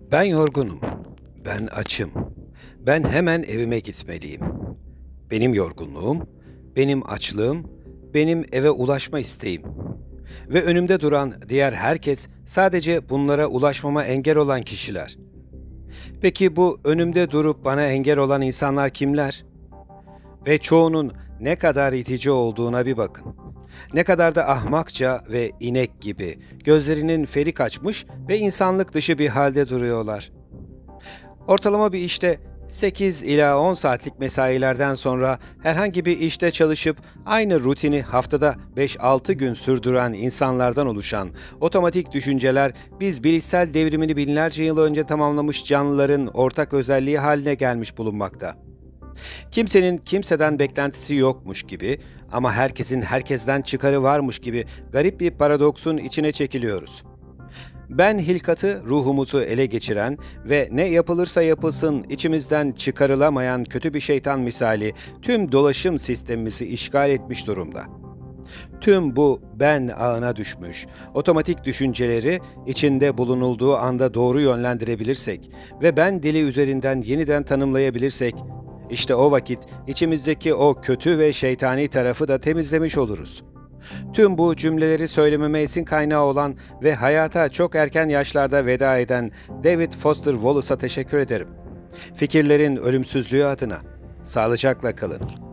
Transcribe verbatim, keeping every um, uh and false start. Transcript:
Ben yorgunum. Ben açım. Ben hemen evime gitmeliyim. Benim yorgunluğum, benim açlığım, benim eve ulaşma isteğim. Ve önümde duran diğer herkes sadece bunlara ulaşmama engel olan kişiler. Peki bu önümde durup bana engel olan insanlar kimler? Ve çoğunun ne kadar itici olduğuna bir bakın. Ne kadar da ahmakça ve inek gibi gözlerinin feri kaçmış ve insanlık dışı bir halde duruyorlar. Ortalama bir işte sekiz ila on saatlik mesailerden sonra herhangi bir işte çalışıp aynı rutini haftada beş altı gün sürdüren insanlardan oluşan otomatik düşünceler biz bilişsel devrimini binlerce yıl önce tamamlamış canlıların ortak özelliği haline gelmiş bulunmakta. Kimsenin kimseden beklentisi yokmuş gibi ama herkesin herkesten çıkarı varmış gibi garip bir paradoksun içine çekiliyoruz. Ben hilkatı ruhumuzu ele geçiren ve ne yapılırsa yapılsın içimizden çıkarılamayan kötü bir şeytan misali tüm dolaşım sistemimizi işgal etmiş durumda. Tüm bu ben ağına düşmüş, otomatik düşünceleri içinde bulunulduğu anda doğru yönlendirebilirsek ve ben dili üzerinden yeniden tanımlayabilirsek, işte o vakit içimizdeki o kötü ve şeytani tarafı da temizlemiş oluruz. Tüm bu cümleleri söylememe esin kaynağı olan ve hayata çok erken yaşlarda veda eden David Foster Wallace'a teşekkür ederim. Fikirlerin ölümsüzlüğü adına. Sağlıcakla kalın.